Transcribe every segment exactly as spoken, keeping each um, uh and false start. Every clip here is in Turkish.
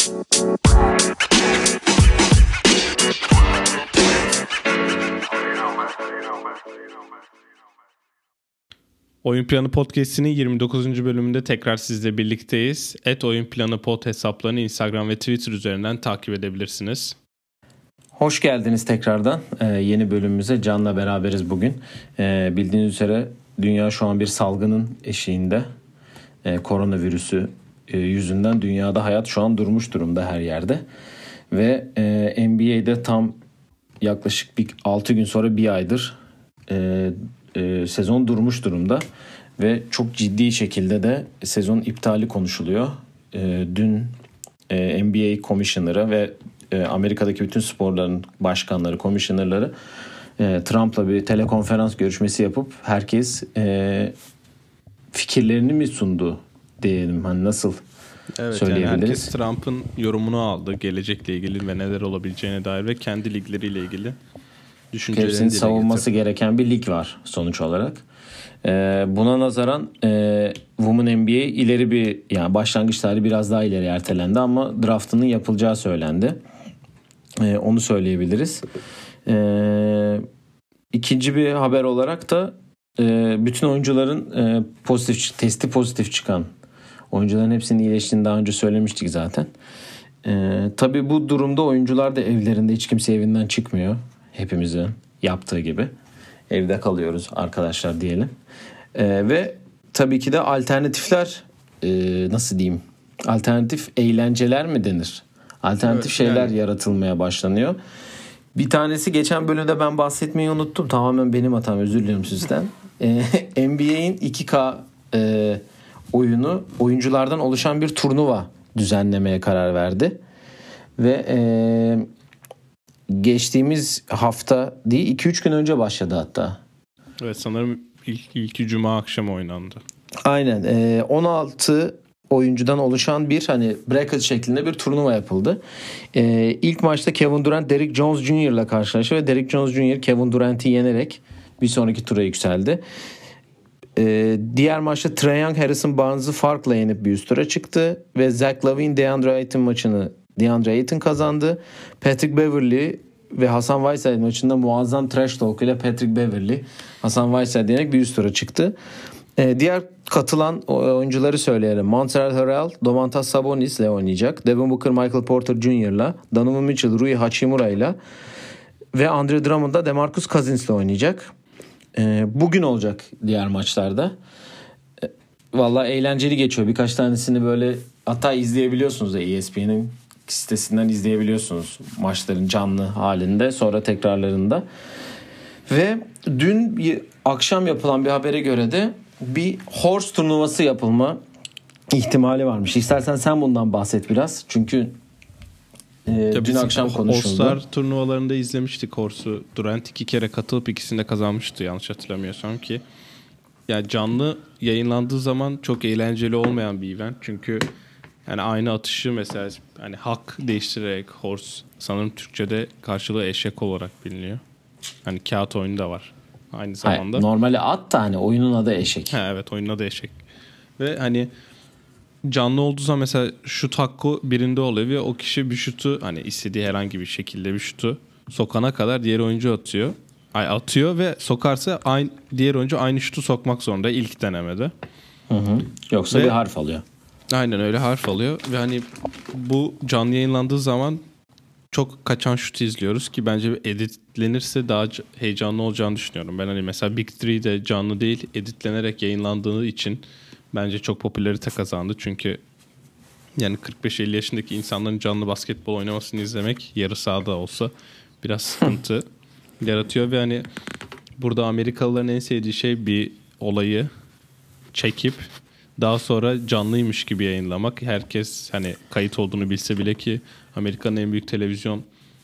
Oyun Planı Podcast'inin yirmi dokuzuncu bölümünde tekrar sizle birlikteyiz. Et Oyun Planı Pod hesaplarını Instagram ve Twitter üzerinden takip edebilirsiniz. Hoş geldiniz tekrardan. Ee, yeni bölümümüze Can'la beraberiz bugün. Ee, bildiğiniz üzere dünya şu an bir salgının eşiğinde. Ee, koronavirüsü e, yüzünden dünyada hayat şu an durmuş durumda her yerde. Ve e, N B A'de tam yaklaşık bir altı gün sonra bir aydır e, e, sezon durmuş durumda. Ve çok ciddi şekilde de sezon iptali konuşuluyor. E, dün e, N B A Commissioner'a ve Amerika'daki bütün sporların başkanları, komisyonerleri Trump'la bir telekonferans görüşmesi yapıp herkes e, fikirlerini mi sundu diyelim, hani nasıl evet, söyleyebiliriz? Yani herkes Trump'ın yorumunu aldı gelecekle ilgili ve neler olabileceğine dair ve kendi ligleriyle ilgili düşüncelerini Hepsinin dile savunması getirdi. gereken bir lig var sonuç olarak. Ee, buna nazaran e, Women N B A ileri bir, yani başlangıç tarihi biraz daha ileri ertelendi ama draftının yapılacağı söylendi. Ee, onu söyleyebiliriz. Ee, ikinci bir haber olarak da e, bütün oyuncuların e, pozitif testi pozitif çıkan oyuncuların hepsinin iyileştiğini daha önce söylemiştik zaten. Ee, tabii bu durumda oyuncular da evlerinde, hiç kimse evinden çıkmıyor. Hepimizin yaptığı gibi. Evde kalıyoruz arkadaşlar diyelim. Ee, ve tabii ki de alternatifler e, nasıl diyeyim? Alternatif eğlenceler mi denir? Alternatif evet, şeyler yani. yaratılmaya başlanıyor. Bir tanesi geçen bölümde ben bahsetmeyi unuttum. Tamamen benim hatam, özür diliyorum sizden. Ee, N B A'in iki K e, oyunu oyunculardan oluşan bir turnuva düzenlemeye karar verdi. Ve e, geçtiğimiz hafta değil iki üç gün önce başladı hatta. Evet, sanırım ilk, ilk cuma akşam oynandı. Aynen e, on altı oyuncudan oluşan bir hani bracket şeklinde bir turnuva yapıldı. Ee, ilk maçta Kevin Durant Derrick Jones Junior ile karşılaştı ve Derrick Jones Junior Kevin Durant'i yenerek bir sonraki tura yükseldi. Ee, diğer maçta Trae Young Harrison Barnes'ı farkla yenip bir üst tura çıktı ve Zach LaVine DeAndre Ayton maçını DeAndre Ayton kazandı. Patrick Beverley ve Hasan Whiteside maçında muazzam trash talk ile Patrick Beverley Hasan Whiteside diyerek bir üst tura çıktı. Ee, diğer katılan oyuncuları söyleyelim. Montrezl Harrell, Domantas Sabonis ile oynayacak. Devin Booker, Michael Porter Junior'la, Donovan Mitchell, Rui Hachimura'yla ve Andre Drummond da DeMarcus Cousins'le oynayacak. Ee, bugün olacak diğer maçlarda. Ee, vallahi eğlenceli geçiyor. Birkaç tanesini böyle hatta izleyebiliyorsunuz da E S P N'in sitesinden izleyebiliyorsunuz maçların canlı halinde, sonra tekrarlarında. Ve dün bir akşam yapılan bir habere göre de bir horse turnuvası yapılma ihtimali varmış. İstersen sen bundan bahset biraz. Çünkü e, dün akşam konuşuldu. All-Star turnuvalarında izlemiştik Horse'u. Durant iki kere katılıp ikisini de kazanmıştı yanlış hatırlamıyorsam ki. Yani canlı yayınlandığı zaman çok eğlenceli olmayan bir event. Çünkü yani aynı atışı mesela hani hak değiştirerek horse, sanırım Türkçe'de karşılığı eşek olarak biliniyor. Hani kağıt oyunu da var aynı zamanda. Hayır, normali at da hani oyunun adı eşek. Ha, evet, oyunun adı eşek. Ve hani canlı olduğu zaman mesela şut hakkı birinde oluyor ve o kişi bir şutu, hani istediği herhangi bir şekilde bir şutu sokana kadar diğer oyuncu atıyor. Ay atıyor ve sokarsa aynı diğer oyuncu aynı şutu sokmak zorunda ilk denemede. Hı hı. Yoksa ve, bir harf alıyor. Aynen öyle, harf alıyor ve hani bu canlı yayınlandığı zaman çok kaçan şut izliyoruz ki bence editlenirse daha heyecanlı olacağını düşünüyorum. Ben hani mesela Big Three de canlı değil, editlenerek yayınlandığı için bence çok popülarite kazandı. Çünkü yani kırk beş elli yaşındaki insanların canlı basketbol oynamasını izlemek yarı sahada olsa biraz sıkıntı yaratıyor ve hani burada Amerikalıların en sevdiği şey bir olayı çekip daha sonra canlıymış gibi yayınlamak. Herkes hani kayıt olduğunu bilse bile, ki Amerika'nın en büyük televizyon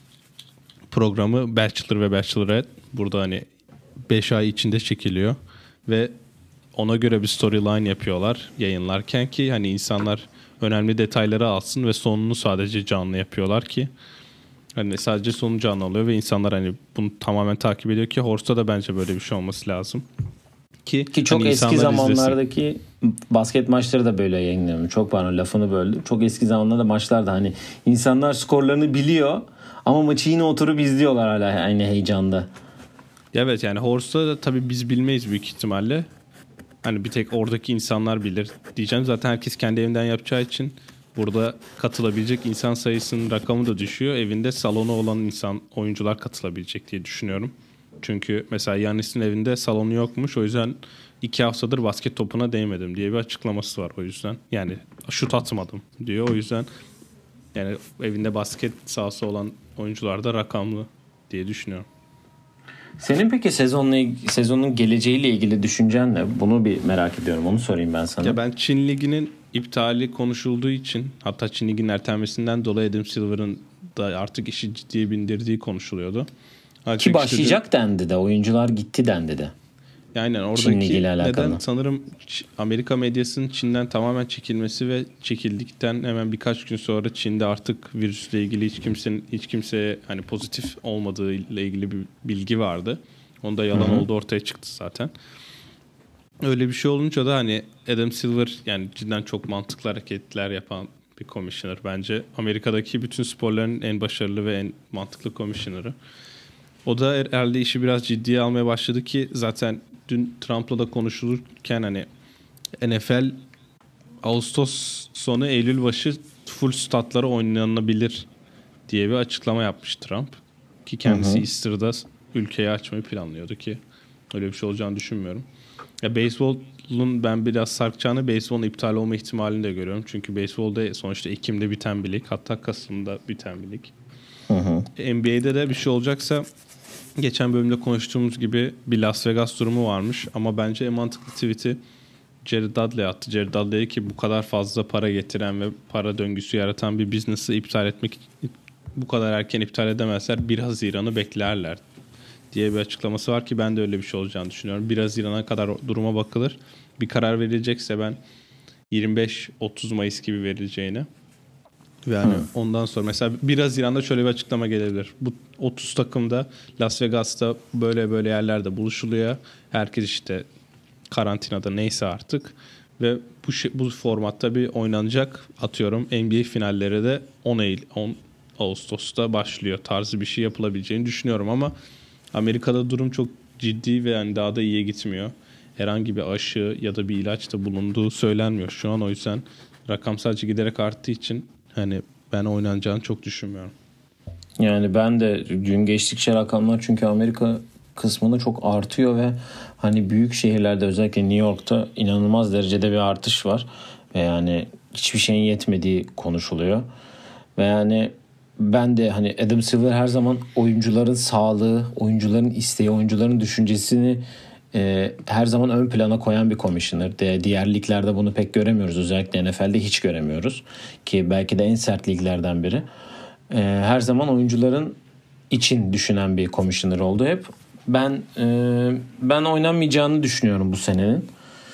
programı Bachelor ve Bachelorette burada hani beş ay içinde çekiliyor ve ona göre bir storyline yapıyorlar yayınlarken ki hani insanlar önemli detayları alsın ve sonunu sadece canlı yapıyorlar ki hani sadece sonu canlı oluyor ve insanlar hani bunu tamamen takip ediyor ki Horse'da da bence böyle bir şey olması lazım. Ki, Ki çok hani eski insanlar izlesin. zamanlardaki basket maçları da böyle yayınlanıyor. Çok pardon, lafını böldüm. Çok eski zamanlarda maçlarda hani insanlar skorlarını biliyor ama maçı yine oturup izliyorlar hala aynı heyecanda. Evet, yani Horse'da da tabii biz bilmeyiz büyük ihtimalle. Hani bir tek oradaki insanlar bilir diyeceğim. Zaten herkes kendi evinden yapacağı için burada katılabilecek insan sayısının rakamı da düşüyor. Evinde salonu olan insan, oyuncular katılabilecek diye düşünüyorum. Çünkü mesela Giannis'in evinde salonu yokmuş. O yüzden iki haftadır basket topuna değmedim diye bir açıklaması var o yüzden. Yani şut atmadım diyor. O yüzden yani evinde basket sahası olan oyuncular da rakamlı diye düşünüyorum. Senin peki sezonla sezonun geleceğiyle ilgili düşüncen ne? Bunu bir merak ediyorum. Onu sorayım ben sana. Ya ben Çin Ligi'nin iptali konuşulduğu için, hatta Çin Ligi'nin ertelenmesinden dolayı Adam Silver'ın da artık işi ciddiye bindirdiği konuşuluyordu. Ancak Ki işte başlayacak dün, dendi de, oyuncular gitti dendi de. yani Çin oradaki Ligi ile alakalı. neden sanırım Amerika medyasının Çin'den tamamen çekilmesi ve çekildikten hemen birkaç gün sonra Çin'de artık virüsle ilgili hiç kimsenin hiç kimseye hani pozitif olmadığı ile ilgili bir bilgi vardı. Onda yalan Hı hı. olduğu ortaya çıktı zaten. Öyle bir şey olunca da hani Adam Silver yani cidden çok mantıklı hareketler yapan bir commissioner bence. Amerika'daki bütün sporların en başarılı ve en mantıklı commissioner'ı. O da herhalde işi biraz ciddiye almaya başladı ki zaten dün Trump'la da konuşulurken hani N F L Ağustos sonu Eylül başı full statlara oynanabilir diye bir açıklama yapmış Trump. Ki kendisi Hı hı. Easter'da ülkeyi açmayı planlıyordu ki öyle bir şey olacağını düşünmüyorum. Ya beyzbolun ben biraz sarkacağını, beyzbolun iptal olma ihtimalini de görüyorum. Çünkü beyzbolda sonuçta Ekim'de biten bir lig, hatta Kasım'da biten bir lig. Hı hı. N B A'de de bir şey olacaksa geçen bölümde konuştuğumuz gibi bir Las Vegas durumu varmış. Ama bence en mantıklı tweet'i Jared Dudley attı. Jared Dudley ki bu kadar fazla para getiren ve para döngüsü yaratan bir business'ı iptal etmek, bu kadar erken iptal edemezler. bir Haziran'ı beklerler diye bir açıklaması var ki ben de öyle bir şey olacağını düşünüyorum. bir Haziran'a kadar duruma bakılır. Bir karar verilecekse ben yirmi beş otuz Mayıs gibi verileceğini ve yani hmm. ondan sonra mesela bir Haziran'da şöyle bir açıklama gelebilir. Bu otuz takımda Las Vegas'ta böyle böyle yerlerde buluşuluyor. Herkes işte karantinada neyse artık ve bu şey, bu formatta bir oynanacak, atıyorum N B A finalleri de on Eylül on Ağustos'ta başlıyor tarzı bir şey yapılabileceğini düşünüyorum ama Amerika'da durum çok ciddi ve yani daha da iyiye gitmiyor. Herhangi bir aşı ya da bir ilaç da bulunduğu söylenmiyor şu an, o yüzden rakam sadece giderek arttığı için hani ben oynanacağını çok düşünmüyorum. Yani ben de gün geçtikçe rakamlar çünkü Amerika kısmında çok artıyor ve hani büyük şehirlerde özellikle New York'ta inanılmaz derecede bir artış var. Ve yani hiçbir şeyin yetmediği konuşuluyor. Ve yani ben de hani Adam Silver her zaman oyuncuların sağlığı, oyuncuların isteği, oyuncuların düşüncesini e, her zaman ön plana koyan bir komisyoner. De, diğer liglerde bunu pek göremiyoruz. Özellikle N F L'de hiç göremiyoruz. Ki belki de en sert liglerden biri. E, her zaman oyuncuların için düşünen bir komisyoner oldu hep. Ben e, ben oynanmayacağını düşünüyorum bu senenin.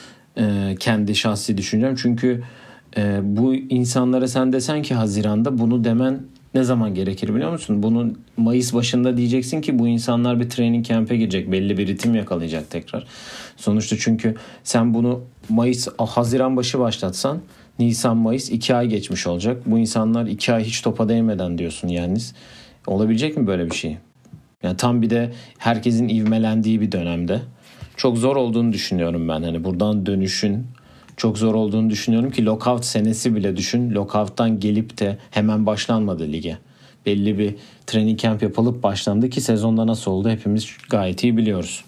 E, kendi şahsi düşüncem. Çünkü e, bu insanlara sen desen ki Haziran'da bunu demen ne zaman gerekir biliyor musun? Bunu Mayıs başında diyeceksin ki bu insanlar bir training camp'e girecek. Belli bir ritim yakalayacak tekrar. Sonuçta çünkü sen bunu Mayıs, Haziran başı başlatsan Nisan, Mayıs iki ay geçmiş olacak. Bu insanlar iki ay hiç topa değmeden diyorsun yani. Olabilecek mi böyle bir şey? Yani tam bir de herkesin ivmelendiği bir dönemde. Çok zor olduğunu düşünüyorum ben. Hani buradan dönüşün çok zor olduğunu düşünüyorum ki lockout senesi bile düşün. Lockout'tan gelip de hemen başlanmadı lige. Belli bir training camp yapılıp başlandı ki sezonda nasıl oldu hepimiz gayet iyi biliyoruz.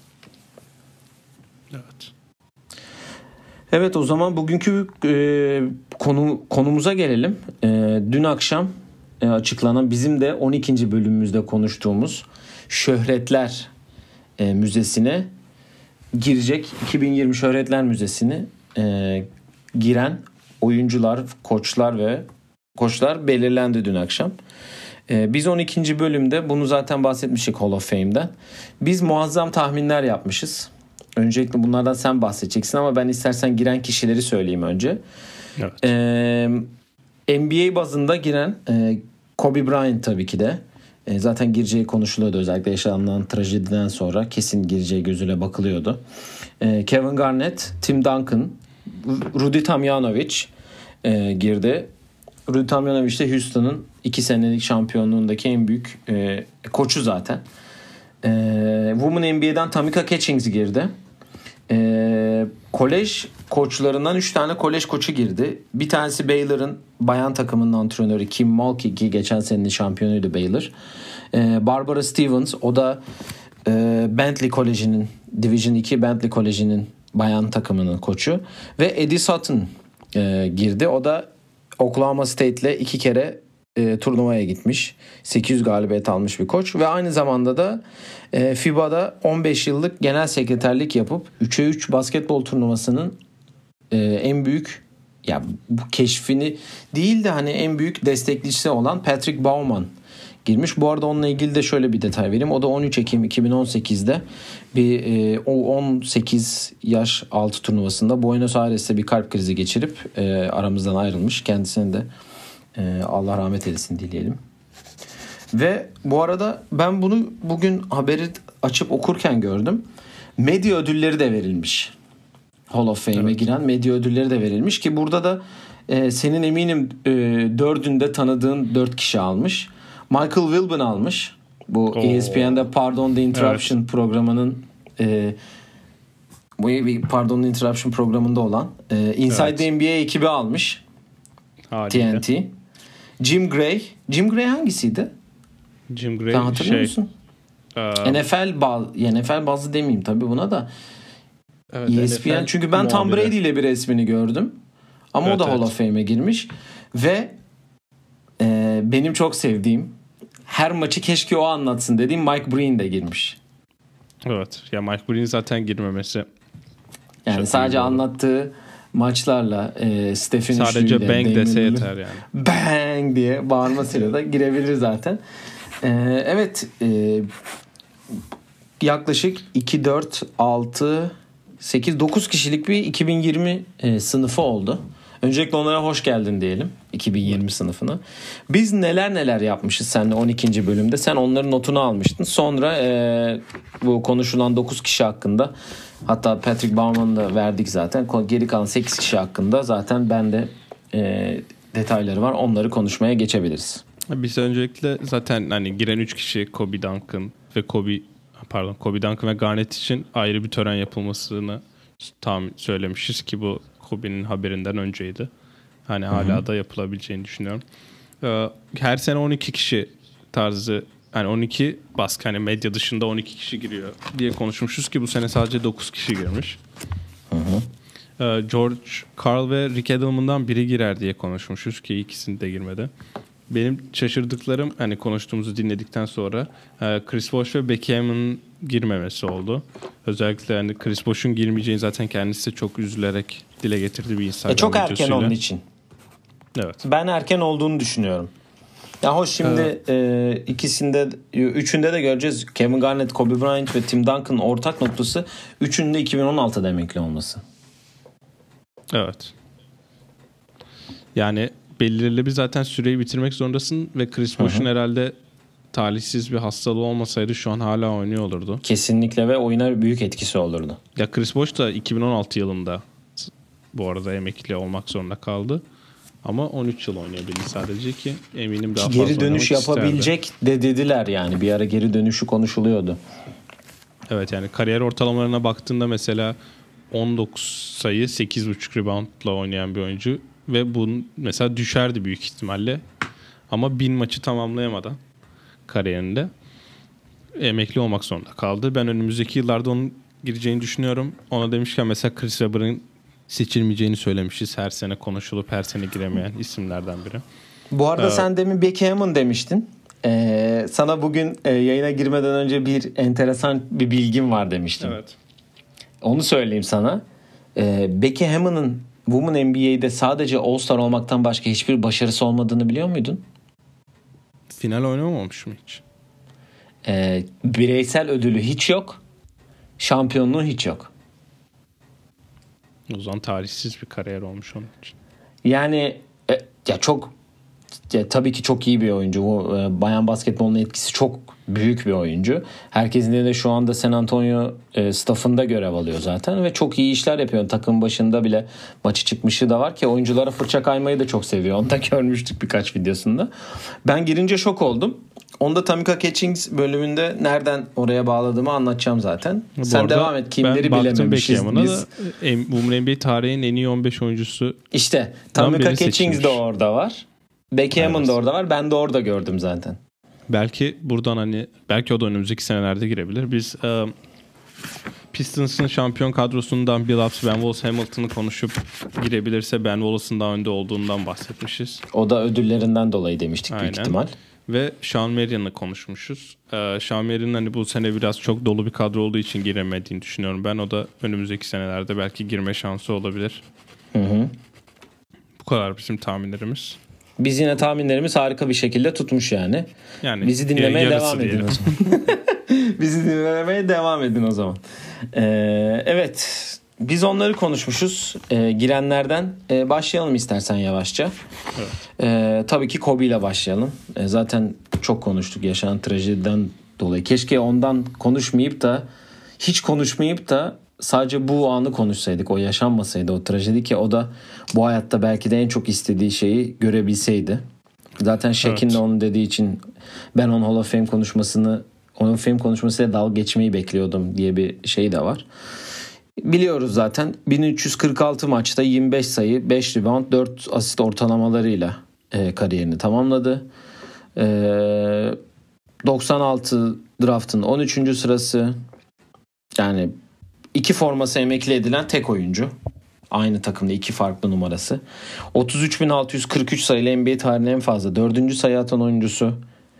Evet. Evet, o zaman bugünkü e, konu konumuza gelelim. E, dün akşam e, açıklanan bizim de on ikinci bölümümüzde konuştuğumuz Şöhretler e, Müzesi'ne girecek. iki bin yirmi Şöhretler Müzesi'ne e, giren oyuncular, koçlar ve koçlar belirlendi dün akşam. E, biz on ikinci bölümde bunu zaten bahsetmiştik Hall of Fame'den. Biz muazzam tahminler yapmışız. Öncelikle bunlardan sen bahsedeceksin ama ben istersen giren kişileri söyleyeyim önce. Evet. Ee, N B A bazında giren e, Kobe Bryant tabii ki de. E, zaten gireceği konuşuluyordu, özellikle yaşanan trajediden sonra kesin gireceği gözüyle bakılıyordu. E, Kevin Garnett, Tim Duncan, Rudy Tomjanovic e, girdi. Rudy Tomjanovic de Houston'ın iki senelik şampiyonluğundaki en büyük e, koçu zaten. E, Women N B A'den Tamika Catchings girdi. E, kolej koçlarından üç tane kolej koçu girdi. Bir tanesi Baylor'ın bayan takımının antrenörü Kim Mulkey, ki geçen senenin şampiyonuydu Baylor. E, Barbara Stevens, o da e, Bentley Koleji'nin, Division iki Bentley Koleji'nin bayan takımının koçu. Ve Eddie Sutton e, girdi. O da Oklahoma State'le iki kere e, turnuvaya gitmiş. sekiz yüz galibiyet almış bir koç. Ve aynı zamanda da e, F I B A'da on beş yıllık genel sekreterlik yapıp üçe üç basketbol turnuvasının e, en büyük, ya bu keşfini değil de hani en büyük destekçisi olan Patrick Baumann girmiş. Bu arada onunla ilgili de şöyle bir detay vereyim. O da on üç Ekim iki bin on sekizde bir e, o on sekiz yaş altı turnuvasında Buenos Aires'te bir kalp krizi geçirip e, aramızdan ayrılmış. Kendisine de e, Allah rahmet eylesin dileyelim. Ve bu arada ben bunu bugün haberi açıp okurken gördüm. Medya ödülleri de verilmiş. Hall of Fame'e evet. giren medya ödülleri de verilmiş ki burada da e, senin eminim e, dördünde tanıdığın dört kişi almış. Michael Wilbon almış. Bu Oo. E S P N'de Pardon the Interruption evet. programının e, bu Pardon the Interruption programında olan e, Inside evet. the N B A ekibi almış. Harika. T N T. Jim Gray. Jim Gray hangisiydi? Jim Gray sen hatırlıyor şey, musun? Uh, N F L baz, N F L bazı demeyeyim tabii buna da. Evet, E S P N N F L çünkü ben Tom Brady ile bir resmini gördüm. Ama evet, o da evet. Hall of Fame'e girmiş ve e, benim çok sevdiğim, her maçı keşke o anlatsın dediğim Mike Breen de girmiş. Evet. Ya Mike Breen zaten girmemesi. Yani sadece doğru. Anlattığı maçlarla e, Stephen sadece Üçlü'yle, bang dese yeter yani. Bang diye bağırmasıyla da girebilir zaten. E, evet. E, yaklaşık iki, dört, altı, sekiz, dokuz kişilik bir iki bin yirmi e, sınıfı oldu. Öncelikle onlara hoş geldin diyelim. iki bin yirmi sınıfına. Biz neler neler yapmışız seninle on ikinci bölümde. Sen onların notunu almıştın. Sonra e, bu konuşulan dokuz kişi hakkında, hatta Patrick Baumann'ı da verdik zaten. Geri kalan sekiz kişi hakkında zaten bende e, detayları var. Onları konuşmaya geçebiliriz. Biz öncelikle zaten hani giren üç kişi Kobe Duncan ve Kobe pardon Kobe Duncan ve Garnett için ayrı bir tören yapılmasını tam söylemişiz ki bu Kobe'nin haberinden önceydi. Hani Hı-hı. hala da yapılabileceğini düşünüyorum. Her sene on iki kişi tarzı, hani on iki baskı, hani medya dışında on iki kişi giriyor diye konuşmuşuz ki bu sene sadece dokuz kişi girmiş. Hı-hı. George Karl ve Rick Edelman'dan biri girer diye konuşmuşuz ki ikisini de girmedi. Benim şaşırdıklarım, hani konuştuğumuzu dinledikten sonra Chris Bosh ve Becky Hammon'ın girmemesi oldu. Özellikle hani Chris Bosh'un girmeyeceğini zaten kendisi çok üzülerek dile getirdi bir Instagram e çok erken videosuyla. Onun için. Evet. Ben erken olduğunu düşünüyorum. Ya hoş şimdi evet. e, ikisinde, üçünde de göreceğiz. Kevin Garnett, Kobe Bryant ve Tim Duncan'ın ortak noktası üçünde iki bin on altıda emekli olması. Evet. Yani belirli bir zaten süreyi bitirmek zorundasın ve Chris Bosh'un herhalde talihsiz bir hastalığı olmasaydı şu an hala oynuyor olurdu. Kesinlikle ve oyuna büyük etkisi olurdu. Ya Chris Bosh da iki bin on altı yılında bu arada emekli olmak zorunda kaldı. Ama on üç yıl oynayabildi sadece ki eminim daha ki fazla geri dönüş yapabilecek isterdi. de dediler yani. Bir ara geri dönüşü konuşuluyordu. Evet, yani kariyer ortalamalarına baktığında mesela on dokuz sayı sekiz buçuk reboundla oynayan bir oyuncu ve bunun mesela düşerdi büyük ihtimalle. Ama bin maçı tamamlayamadan kariyerinde emekli olmak zorunda kaldı. Ben önümüzdeki yıllarda onun gireceğini düşünüyorum. Ona demişken mesela Chris Webber'ın seçilmeyeceğini söylemişiz. Her sene konuşulup her sene giremeyen isimlerden biri. Bu arada ee, sen demin Becky Hammon demiştin. Ee, sana bugün e, yayına girmeden önce bir enteresan bir bilgim var demiştim. Evet. Onu söyleyeyim sana. Ee, Becky Hammon'ın Women N B A'de sadece All-Star olmaktan başka hiçbir başarısı olmadığını biliyor muydun? Final oynamamış mı hiç? Ee, bireysel ödülü hiç yok. Şampiyonluğu hiç yok. O zaman talihsiz bir kariyer olmuş onun için. Yani e, ya çok Ya, tabii ki çok iyi bir oyuncu. Bu e, bayan basketbolunun etkisi çok büyük bir oyuncu. Herkesin de şu anda San Antonio e, staffında görev alıyor zaten ve çok iyi işler yapıyor. Takım başında bile maçı çıkmışı da var ki oyunculara fırça kaymayı da çok seviyor. Onu da görmüştük birkaç videosunda. Ben girince şok oldum. Onda Tamika Catchings bölümünde nereden oraya bağladığımı anlatacağım zaten. Bu Sen devam et. Kimleri bilememişiz biz. Women N B A tarihinin en iyi on beş oyuncusu. İşte Tamika Catchings de orada var. Beckham'ın evet. da orada var. Ben de orada gördüm zaten. Belki buradan hani belki o da önümüzdeki senelerde girebilir. Biz e, Pistons'ın şampiyon kadrosundan Billups, Ben Wallace, Hamilton'ı konuşup girebilirse Ben Wallace'ın daha önde olduğundan bahsetmişiz. O da ödüllerinden dolayı demiştik. Aynen. Büyük ihtimal. Ve Sean Marion'la konuşmuşuz. Ee, Sean Marion hani bu sene biraz çok dolu bir kadro olduğu için giremediğini düşünüyorum ben. O da önümüzdeki senelerde belki girme şansı olabilir. Hı hı. Bu kadar bizim tahminlerimiz. Biz yine tahminlerimiz harika bir şekilde tutmuş yani. Yani bizi dinlemeye devam edin o zaman. Bizi dinlemeye devam edin o zaman. Ee, evet. Biz onları konuşmuşuz. Ee, girenlerden ee, başlayalım istersen yavaşça. Evet. Ee, tabii ki Kobe ile başlayalım. Ee, zaten çok konuştuk yaşanan trajediden dolayı. Keşke ondan konuşmayıp da hiç konuşmayıp da sadece bu anı konuşsaydık. O yaşanmasaydı o trajedi ki o da bu hayatta belki de en çok istediği şeyi görebilseydi. Zaten Shaq'in evet. de onun dediği için ben onun Hall of Fame konuşmasını onun Fame konuşmasıyla dalga geçmeyi bekliyordum diye bir şey de var. Biliyoruz zaten bin üç yüz kırk altı maçta yirmi beş sayı, beş rebound, dört asist ortalamalarıyla e, kariyerini tamamladı. E, doksan altı draftın on üçüncü sırası. Yani iki forması emekli edilen tek oyuncu. Aynı takımda iki farklı numarası. otuz üç bin altı yüz kırk üç sayılı N B A tarihinin en fazla dördüncü sayı atan oyuncusu.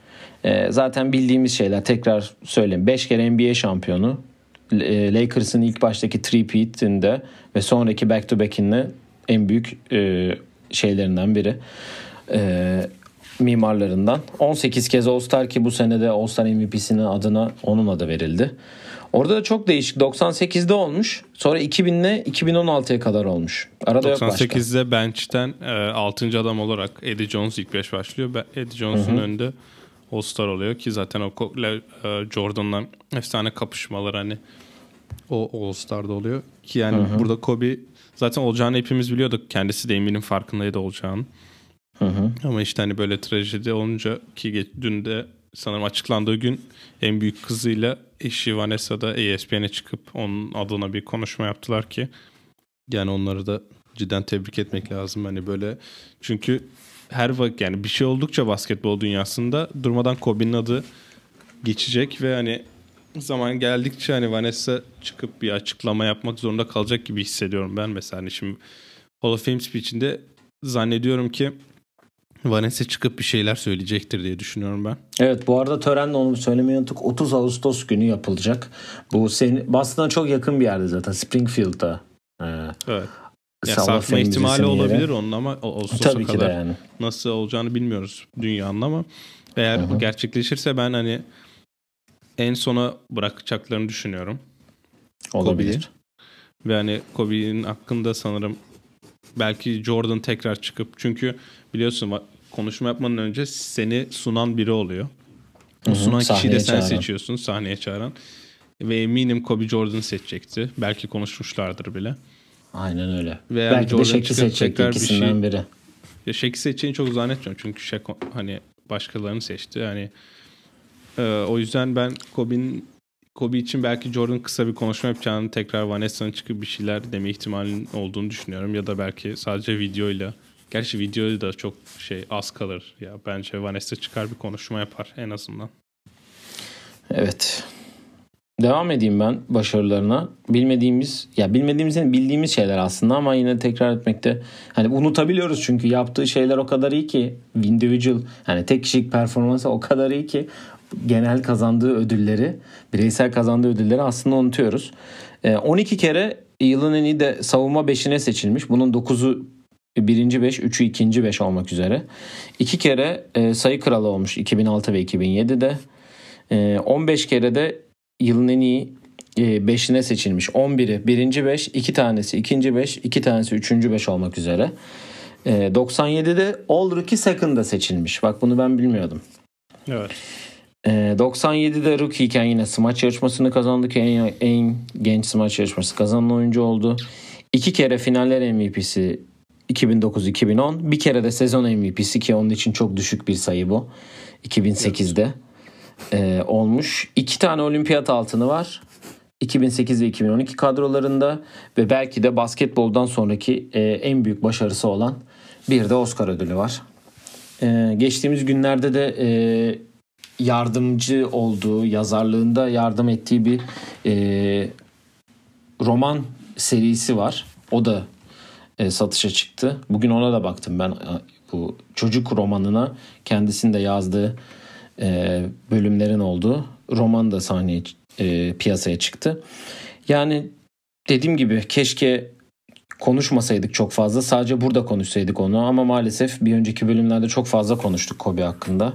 E, zaten bildiğimiz şeyler, tekrar söyleyeyim. beş kere N B A şampiyonu. Lakers'ın ilk baştaki three-peat'inde ve sonraki back-to-back'inde en büyük e, şeylerinden biri. E, mimarlarından. on sekiz kez All-Star ki bu senede All-Star M V P'sinin adına onun adı verildi. Orada da çok değişik. doksan sekizde olmuş. Sonra iki binle iki bin on altıya kadar olmuş. Arada doksan sekizde bench'ten e, altıncı adam olarak Eddie Jones ilk beş başlıyor. Eddie Jones'un Hı-hı. önünde All-Star oluyor ki zaten o Jordan'la efsane kapışmalar hani o All-Star'da oluyor. Ki yani Hı-hı. burada Kobe zaten olacağını hepimiz biliyorduk. Kendisi de eminim farkındaydı olacağını. Hı-hı. Ama işte hani böyle trajedi olunca ki dün de sanırım açıklandığı gün en büyük kızıyla eşi Vanessa da E S P N'e çıkıp onun adına bir konuşma yaptılar ki yani onları da cidden tebrik etmek lazım. Hani böyle çünkü her vakit yani bir şey oldukça basketbol dünyasında durmadan Kobe'nin adı geçecek ve hani zaman geldikçe hani Vanessa çıkıp bir açıklama yapmak zorunda kalacak gibi hissediyorum ben mesela. Hani şimdi Hall of Fame speech'inde zannediyorum ki Vanessa çıkıp bir şeyler söyleyecektir diye düşünüyorum ben. Evet, bu arada törenle onu söylemeyi unuttuk. otuz Ağustos günü yapılacak. Bu senin Boston'a çok yakın bir yerde zaten. Springfield'da. Ee, evet. Ya sarkma ihtimali olabilir onun ama Ağustos'a Tabii kadar yani. nasıl olacağını bilmiyoruz dünyanın ama eğer Hı-hı. bu gerçekleşirse ben hani en sona bırakacaklarını düşünüyorum. Olabilir. Kobe'yi. Ve hani Kobe'nin hakkında sanırım belki Jordan tekrar çıkıp çünkü biliyorsun konuşma yapmanın önce seni sunan biri oluyor. O sunan kişiyi de sen çağıran. seçiyorsun, sahneye çağıran. Ve eminim Kobe Jordan'ı seçecekti. Belki konuşmuşlardır bile. Aynen öyle. Ve yani belki de Shaq'i seçecekti ikisinden şey, biri. Ya Shaq'i seçeceğini çok zannetmiyorum. Çünkü Shaq hani başkalarını seçti. Yani e, o yüzden ben Kobe'nin Kobe için belki Jordan kısa bir konuşma yapacağını tekrar Vanessa'nın çıkıp bir şeyler deme ihtimalinin olduğunu düşünüyorum. Ya da belki sadece videoyla. Gerçi videoyla da çok şey az kalır. Ya bence Vanessa çıkar bir konuşma yapar en azından. Evet. Devam edeyim ben başarılarına. Bilmediğimiz ya bilmediğimizin bildiğimiz şeyler aslında ama yine tekrar etmekte hani unutabiliyoruz çünkü yaptığı şeyler o kadar iyi ki individual hani tek kişilik performansı o kadar iyi ki genel kazandığı ödülleri, bireysel kazandığı ödülleri aslında unutuyoruz. on iki kere yılın en iyi de savunma beşine seçilmiş. Bunun dokuzu birinci beş, üçü ikinci beş olmak üzere. iki kere sayı kralı olmuş iki bin altı ve iki bin yedide. on beş kere de yılın en iyi beşine seçilmiş. on biri birinci beş, iki tanesi ikinci beş, iki tanesi üçüncü beş olmak üzere. E, doksan yedide All Rookie Second'da seçilmiş. Bak bunu ben bilmiyordum. Evet. E, doksan yedide rookie iken yine smaç yarışmasını kazandı ki en, en genç smaç yarışması kazanan oyuncu oldu. İki kere finaller M V P'si iki bin dokuz iki bin on. Bir kere de sezon M V P'si ki onun için çok düşük bir sayı bu. iki bin sekizde e, olmuş. İki tane olimpiyat altını var. iki bin sekiz ve iki bin on iki kadrolarında ve belki de basketboldan sonraki e, en büyük başarısı olan bir de Oscar ödülü var. E, geçtiğimiz günlerde de e, yardımcı olduğu, yazarlığında yardım ettiği bir e, roman serisi var. O da e, satışa çıktı. Bugün ona da baktım ben, bu çocuk romanına kendisinin de yazdığı e, bölümlerin olduğu roman da sahneye e, piyasaya çıktı. Yani dediğim gibi keşke konuşmasaydık çok fazla. Sadece burada konuşsaydık onu ama maalesef bir önceki bölümlerde çok fazla konuştuk Kobe hakkında.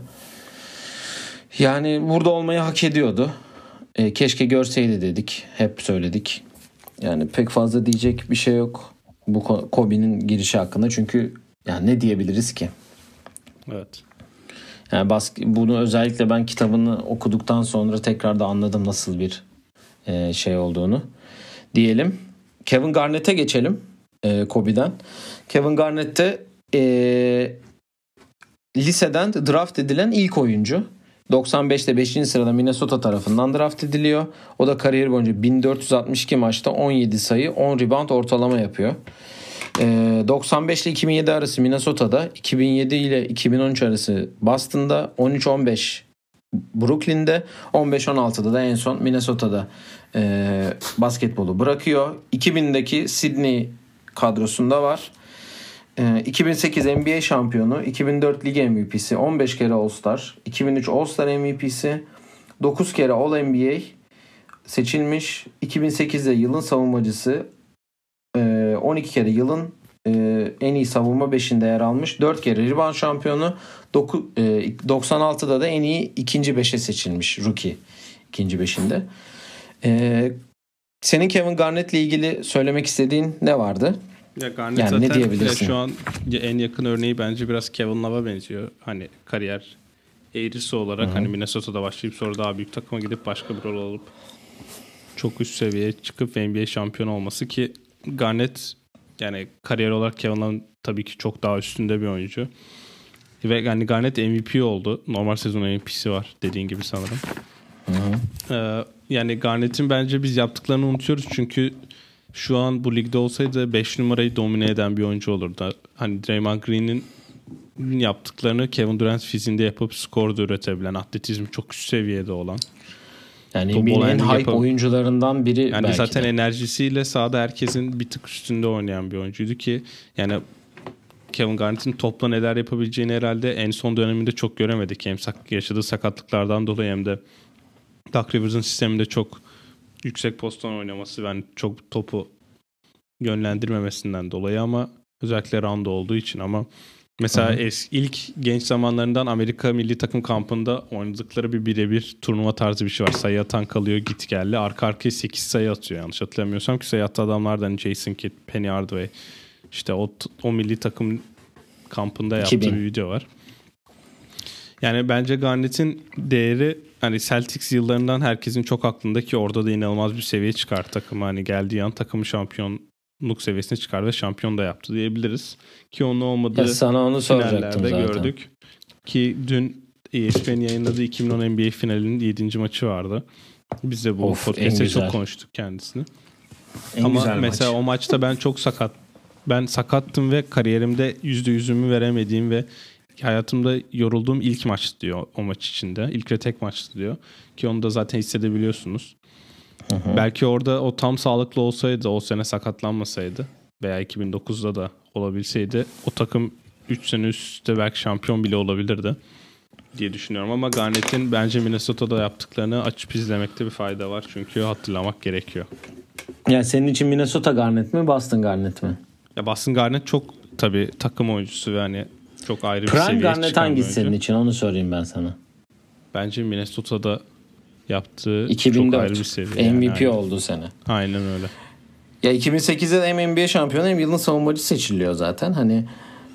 Yani burada olmayı hak ediyordu. E, keşke görseydi dedik. Hep söyledik. Yani pek fazla diyecek bir şey yok bu Kobe'nin girişi hakkında. Çünkü yani ne diyebiliriz ki? Evet. Yani basket, bunu özellikle ben kitabını okuduktan sonra tekrar da anladım nasıl bir e, şey olduğunu. Diyelim. Kevin Garnett'e geçelim. E, Kobe'den. Kevin Garnett de e, liseden draft edilen ilk oyuncu. doksan beşte beşinci sırada Minnesota tarafından draft ediliyor. O da kariyeri boyunca bin dört yüz altmış iki maçta on yedi sayı, on rebound ortalama yapıyor. Ee, doksan beş ile iki bin yedi arası Minnesota'da, iki bin yedi ile iki bin on üç arası Boston'da, on üç on beş Brooklyn'de, on beş on altıda da en son Minnesota'da e, basketbolu bırakıyor. iki bindeki Sydney kadrosunda var. iki bin sekiz N B A şampiyonu, iki bin dört lig M V P'si, on beş kere All-Star, iki bin üç All-Star M V P'si, dokuz kere All-N B A seçilmiş, iki bin sekizde yılın savunmacısı, on iki kere yılın en iyi savunma beşinde yer almış, dört kere rebound şampiyonu, doksan altıda da en iyi ikinci beşe seçilmiş rookie ikinci beşinde. Senin Kevin Garnett'le ilgili söylemek istediğin ne vardı? Ya Garnett yani zaten ne diyebilirsin? şu an en yakın örneği bence biraz Kevin Love'a benziyor. Hani kariyer eğrisi olarak, Hı-hı. hani Minnesota'da başlayıp sonra daha büyük takıma gidip başka bir rol alıp çok üst seviyeye çıkıp N B A şampiyonu olması ki Garnett yani kariyer olarak Kevin Love'ın tabii ki çok daha üstünde bir oyuncu. Ve yani Garnett M V P oldu. Normal sezon M V P'si var dediğin gibi sanırım. Ee, yani Garnett'in bence biz yaptıklarını unutuyoruz çünkü şu an bu ligde olsaydı beş numarayı domine eden bir oyuncu olurdu. Hani Draymond Green'in yaptıklarını Kevin Durant fiziğinde yapıp skor da üretebilen, atletizmi çok üst seviyede olan. Yani N B A'nin en hype yapıp, oyuncularından biri yani belki zaten de. Enerjisiyle sahada herkesin bir tık üstünde oynayan bir oyuncuydu ki yani Kevin Garnett'in topla neler yapabileceğini herhalde en son döneminde çok göremedik. Hem yaşadığı sakatlıklardan dolayı hem de Doc Rivers'ın sisteminde çok yüksek postan oynaması ve yani çok topu yönlendirmemesinden dolayı ama özellikle round olduğu için ama mesela es, ilk genç zamanlarından Amerika milli takım kampında oynadıkları bir birebir turnuva tarzı bir şey var. Sayı atan kalıyor git geldi. Arka arkaya sekiz sayı atıyor yanlış hatırlamıyorsam ki sayı attığı adamlardan Jason Kidd, Penny Hardaway işte o, o milli takım kampında yaptığı iki bin bir video var. Yani bence Garnett'in değeri hani Celtics yıllarından herkesin çok aklındaki orada da inanılmaz bir seviye çıkar takımı. Hani geldiği an takımı şampiyonluk seviyesine çıkar ve şampiyon da yaptı diyebiliriz. Ki onun olmadığı ya sana onu finallerde gördük. Ki dün E S P N yayınladığı iki bin on N B A finalinin yedinci maçı vardı. Biz de bu of, podcast'te çok konuştuk kendisini. En Ama mesela maç. O maçta ben çok sakat. Ben sakattım ve kariyerimde yüzde yüzümü veremediğim ve hayatımda yorulduğum ilk maç diyor o maç içinde. İlk ve tek maçtı diyor. Ki onu da zaten hissedebiliyorsunuz. Hı hı. Belki orada o tam sağlıklı olsaydı, o sene sakatlanmasaydı veya iki bin dokuzda da olabilseydi o takım üç sene üstte belki şampiyon bile olabilirdi diye düşünüyorum. Ama Garnett'in bence Minnesota'da yaptıklarını açıp izlemekte bir fayda var. Çünkü hatırlamak gerekiyor. Yani senin için Minnesota Garnett mi, Boston Garnett mi? Ya Boston Garnett çok tabii takım oyuncusu ve hani çok ayrı Prime bir seviyeye Garnett çıkan hangisi senin için? Onu sorayım ben sana. Bence Minnesota'da yaptığı iki bin dört çok ayrı bir seviye. M V P yani. oldu sene. Aynen öyle. Ya iki bin sekizde hem N B A şampiyonu hem yılın savunmacısı seçiliyor zaten. Hani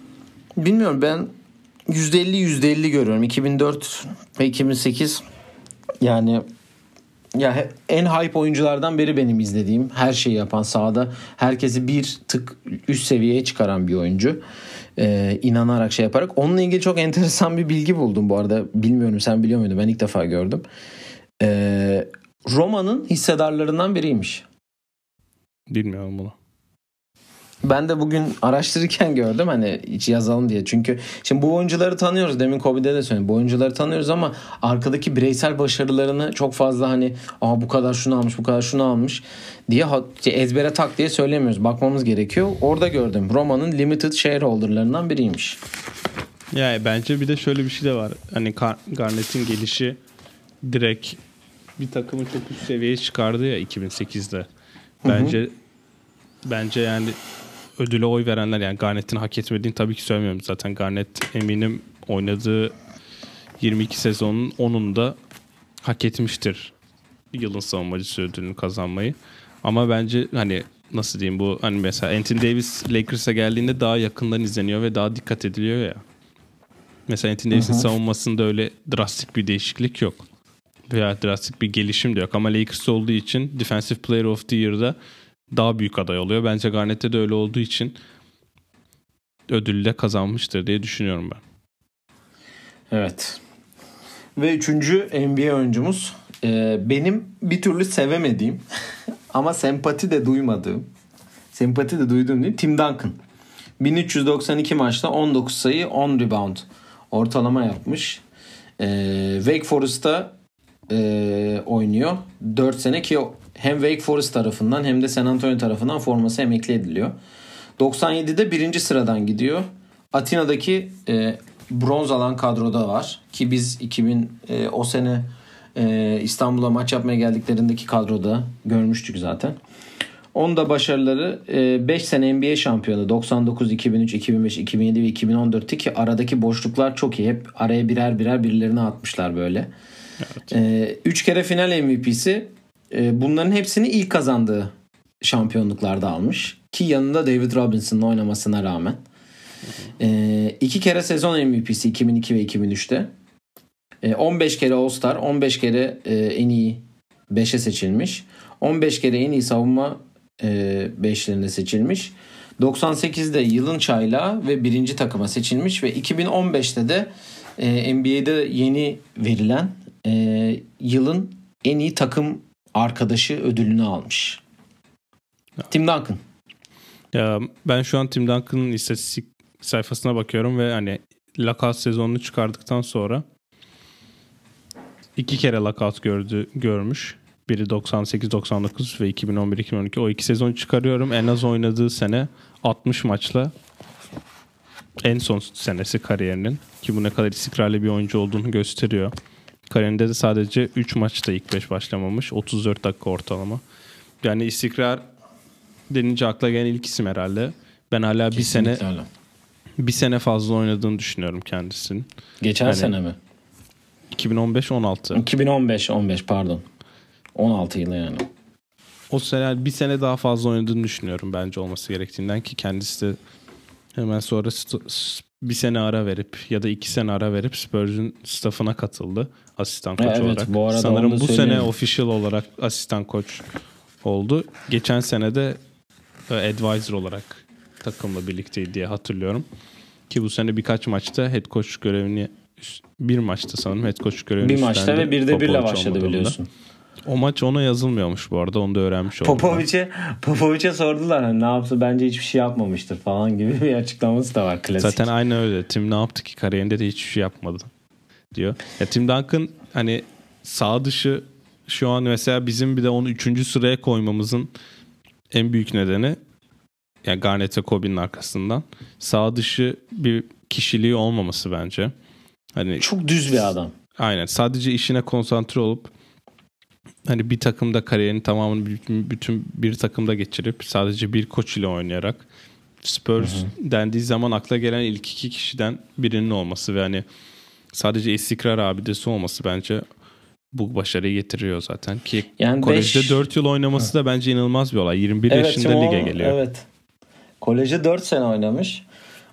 Bilmiyorum, ben yüzde elli yüzde elli görüyorum. iki bin dört ve iki bin sekiz yani ya en hype oyunculardan biri benim izlediğim. Her şeyi yapan, sahada herkesi bir tık üst seviyeye çıkaran bir oyuncu. Ee, inanarak şey yaparak. Onunla ilgili çok enteresan bir bilgi buldum bu arada. Bilmiyorum, sen biliyor muydun? Ben ilk defa gördüm. Ee, Roma'nın hissedarlarından biriymiş. Bilmiyorum bunu. Ben de bugün araştırırken gördüm, hani hiç yazalım diye. Çünkü şimdi bu oyuncuları tanıyoruz. Demin Kobe'de de söyledim. Bu oyuncuları tanıyoruz ama arkadaki bireysel başarılarını çok fazla hani aa bu kadar şunu almış, bu kadar şunu almış diye ezbere tak diye söylemiyoruz. Bakmamız gerekiyor. Orada gördüm. Roma'nın limited shareholder'larından biriymiş. Ya bence bir de şöyle bir şey de var. Hani Garnett'in gelişi direkt bir takımı çok üst seviyeye çıkardı ya iki bin sekizde. Bence hı hı. bence yani ödüle oy verenler, yani Garnett'in hak etmediğini tabii ki söylemiyorum. Zaten Garnett eminim oynadığı yirmi iki sezonun onunda hak etmiştir yılın savunmacısı ödülünü kazanmayı. Ama bence hani nasıl diyeyim, bu hani mesela Anthony Davis Lakers'a geldiğinde daha yakından izleniyor ve daha dikkat ediliyor ya. Mesela Anthony Davis'in savunmasında öyle drastik bir değişiklik yok. Veya drastik bir gelişim de yok. Ama Lakers olduğu için Defensive Player of the Year'da daha büyük aday oluyor. Bence Garnett'te de öyle olduğu için ödülü de kazanmıştır diye düşünüyorum ben. Evet. Ve üçüncü N B A oyuncumuz e, benim bir türlü sevemediğim ama sempati de duymadığım, sempati de duyduğum değil, Tim Duncan. bin üç yüz doksan iki maçta on dokuz sayı, on rebound ortalama yapmış. E, Wake Forest'ta e, oynuyor. dört sene ki hem Wake Forest tarafından hem de San Antonio tarafından forması emekli ediliyor. doksan yedide birinci sıradan gidiyor. Atina'daki e, bronz alan kadroda var. Ki biz iki bin e, o sene e, İstanbul'a maç yapmaya geldiklerindeki kadroda görmüştük zaten. Onun da başarıları beş sene N B A şampiyonu. doksan dokuz, iki bin üç, iki bin beş, iki bin yedi ve iki bin on dörtte ki aradaki boşluklar çok iyi. Hep araya birer birer birilerini atmışlar böyle. Evet. üç kere final M V P'si. Bunların hepsini ilk kazandığı şampiyonluklarda almış. Ki yanında David Robinson'la oynamasına rağmen. Ee, iki kere sezon M V P'si iki bin iki ve iki bin üçte. Ee, on beş kere All-Star, on beş kere e, en iyi beşe seçilmiş. on beş kere en iyi savunma e, beşlerinde seçilmiş. doksan sekizde yılın çaylağı ve birinci takıma seçilmiş ve iki bin on beşte de e, N B A'de yeni verilen e, yılın en iyi takım arkadaşı ödülünü almış. Ya. Tim Duncan. Ya ben şu an Tim Duncan'ın istatistik sayfasına bakıyorum ve hani lockout sezonunu çıkardıktan sonra iki kere lockout gördü, görmüş. Biri doksan sekiz doksan dokuz ve iki bin on bir iki bin on iki. O iki sezonu çıkarıyorum. En az oynadığı sene altmış maçla en son senesi kariyerinin. Ki bu ne kadar istikrarlı bir oyuncu olduğunu gösteriyor. Kariyerinde de sadece üç maçta ilk beş başlamamış. otuz dört dakika ortalama. Yani istikrar denince akla gelen ilk isim herhalde. Ben hala Kesinlikle bir sene öyle. bir sene fazla oynadığını düşünüyorum kendisinin. Geçen yani, sene mi? iki bin on beş on altı. iki bin on beş on beş pardon. on altı yılı yani. O sene bir sene daha fazla oynadığını düşünüyorum bence olması gerektiğinden, ki kendisi de hemen sonra st- bir sene ara verip ya da iki sene ara verip Spurs'un staffına katıldı asistan koç evet, olarak. Bu sanırım bu sene official olarak asistan koç oldu. Geçen sene de advisor olarak takımla birlikteydi diye hatırlıyorum. Ki bu sene birkaç maçta head coach görevini bir maçta sanırım head coach görevini bir maçta ve bir de birle başladı biliyorsun. O maç ona yazılmıyormuş bu arada. Onu da öğrenmiş oldum. Popovic'e, Popovic'e sordular hani ne yaptı, bence hiçbir şey yapmamıştır falan gibi bir açıklaması da var klasik. Zaten aynı öyle. Tim ne yaptı ki kariyerinde de hiçbir şey yapmadı diyor. Ya Tim Duncan hani sağ dışı şu an mesela bizim bir de onu üçüncü sıraya koymamızın en büyük nedeni yani Garnett ve Kobe'nin arkasından sağ dışı bir kişiliği olmaması bence. Hani çok düz bir adam. Aynen. Sadece işine konsantre olup hani bir takımda kariyerini tamamını bütün, bütün bir takımda geçirip sadece bir koç ile oynayarak Spurs hı hı. dendiği zaman akla gelen ilk iki kişiden birinin olması ve hani sadece istikrar abidesi olması bence bu başarıyı getiriyor zaten ki yani kolejde beş... dört yıl oynaması da bence inanılmaz bir olay. yirmi bir evet, yaşında lige geliyor. Evet. Kolejde dört sene oynamış.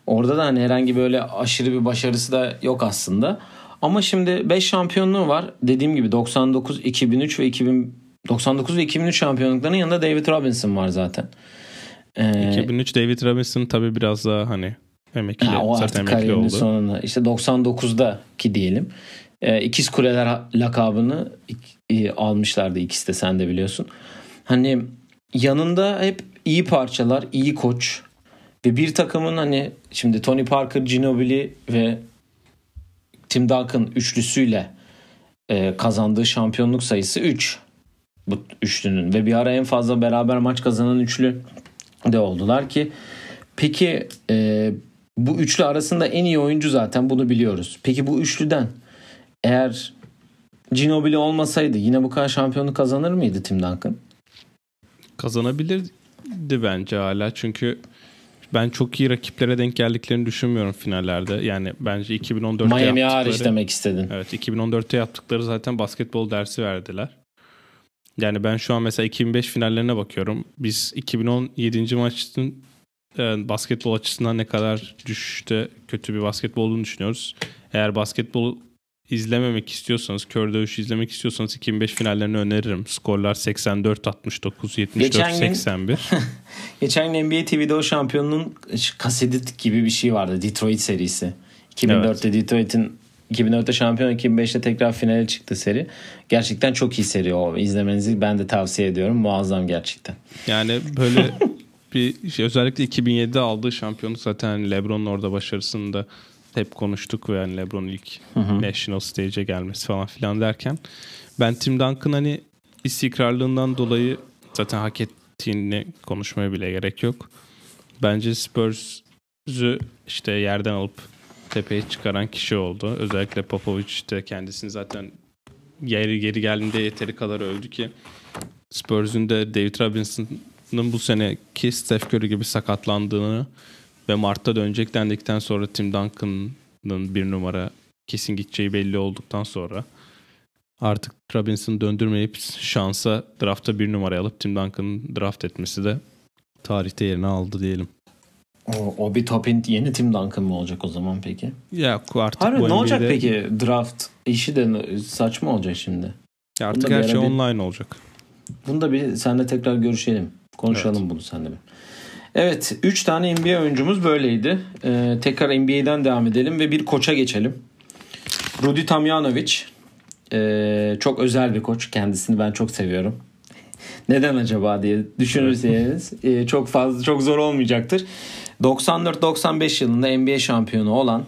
Orada da hani herhangi böyle aşırı bir başarısı da yok aslında. Ama şimdi beş şampiyonluğu var. Dediğim gibi doksan dokuz, iki bin üç ve iki bin doksan dokuz ve iki bin üç şampiyonluklarının yanında David Robinson var zaten. Ee, iki bin üç David Robinson tabii biraz daha hani emekli. Ha, o zaten artık emekli oldu. Sonunda. İşte doksan dokuzdaki diyelim. Ee, İkiz Kuleler lakabını e, almışlardı ikisi de, sen de biliyorsun. Hani yanında hep iyi parçalar, iyi koç ve bir takımın hani şimdi Tony Parker, Ginobili ve Tim Duncan üçlüsüyle e, kazandığı şampiyonluk sayısı üç. Bu üçlünün ve bir ara en fazla beraber maç kazanan üçlü de oldular ki. Peki e, bu üçlü arasında en iyi oyuncu zaten, bunu biliyoruz. Peki bu üçlüden eğer Ginobili olmasaydı yine bu kadar şampiyonluk kazanır mıydı Tim Duncan? Kazanabilirdi bence hala, çünkü ben çok iyi rakiplere denk geldiklerini düşünmüyorum finallerde. Yani bence iki bin on dörtte Miami yaptıkları... hariç demek istedin. Evet, iki bin on dörtte yaptıkları zaten basketbol dersi verdiler. Yani ben şu an mesela iki bin beş finallerine bakıyorum. Biz iki bin on yedinci maçın e, basketbol açısından ne kadar düşüşte kötü bir basketbol olduğunu düşünüyoruz. Eğer basketbol izlememek istiyorsanız, kör dövüş izlemek istiyorsanız iki bin beş finallerini öneririm. Skorlar seksen dört altmış dokuz, yetmiş dört seksen bir. Geçen gün N B A T V'de o şampiyonluğun kaseti gibi bir şey vardı. Detroit serisi. iki bin dörtte evet. Detroit'in iki bin dörtte şampiyon, iki bin beşte tekrar finale çıktı seri. Gerçekten çok iyi seri o. İzlemenizi ben de tavsiye ediyorum. Muazzam gerçekten. Yani böyle bir şey, özellikle iki bin yedide aldığı şampiyonluk zaten LeBron'un orada başarısını da hep konuştuk ve yani LeBron'un ilk hı hı. National Stage'e gelmesi falan filan derken ben Tim Duncan hani istikrarlığından dolayı zaten hak ettiğini konuşmaya bile gerek yok. Bence Spurs'u işte yerden alıp tepeye çıkaran kişi oldu. Özellikle Popovich de kendisini zaten geri geri geldiğinde yeteri kadar övdü ki Spurs'un de David Robinson'ın bu seneki Steph Curry gibi sakatlandığını ve Mart'ta dönecek dendikten sonra Tim Duncan'ın bir numara kesin gideceği belli olduktan sonra artık Robinson'ı döndürmeyip şansa draftta bir numaraya alıp Tim Duncan'ın draft etmesi de tarihte yerini aldı diyelim. O, o bir Topin yeni Tim Duncan mı olacak o zaman peki? Ya artık Hayır, bu ne olacak N B A'de... peki draft işi de saçma olacak şimdi. Ya artık her şey bir... online olacak. Bunu da bir seninle tekrar görüşelim. Konuşalım evet. Bunu seninle bir. Evet, üç tane N B A oyuncumuz böyleydi. Ee, tekrar N B A'den devam edelim ve bir koça geçelim. Rudy Tomjanovic. Ee, çok özel bir koç. Kendisini ben çok seviyorum. Neden acaba diye düşünürseniz e, çok fazla çok zor olmayacaktır. doksan dört doksan beş yılında N B A şampiyonu olan,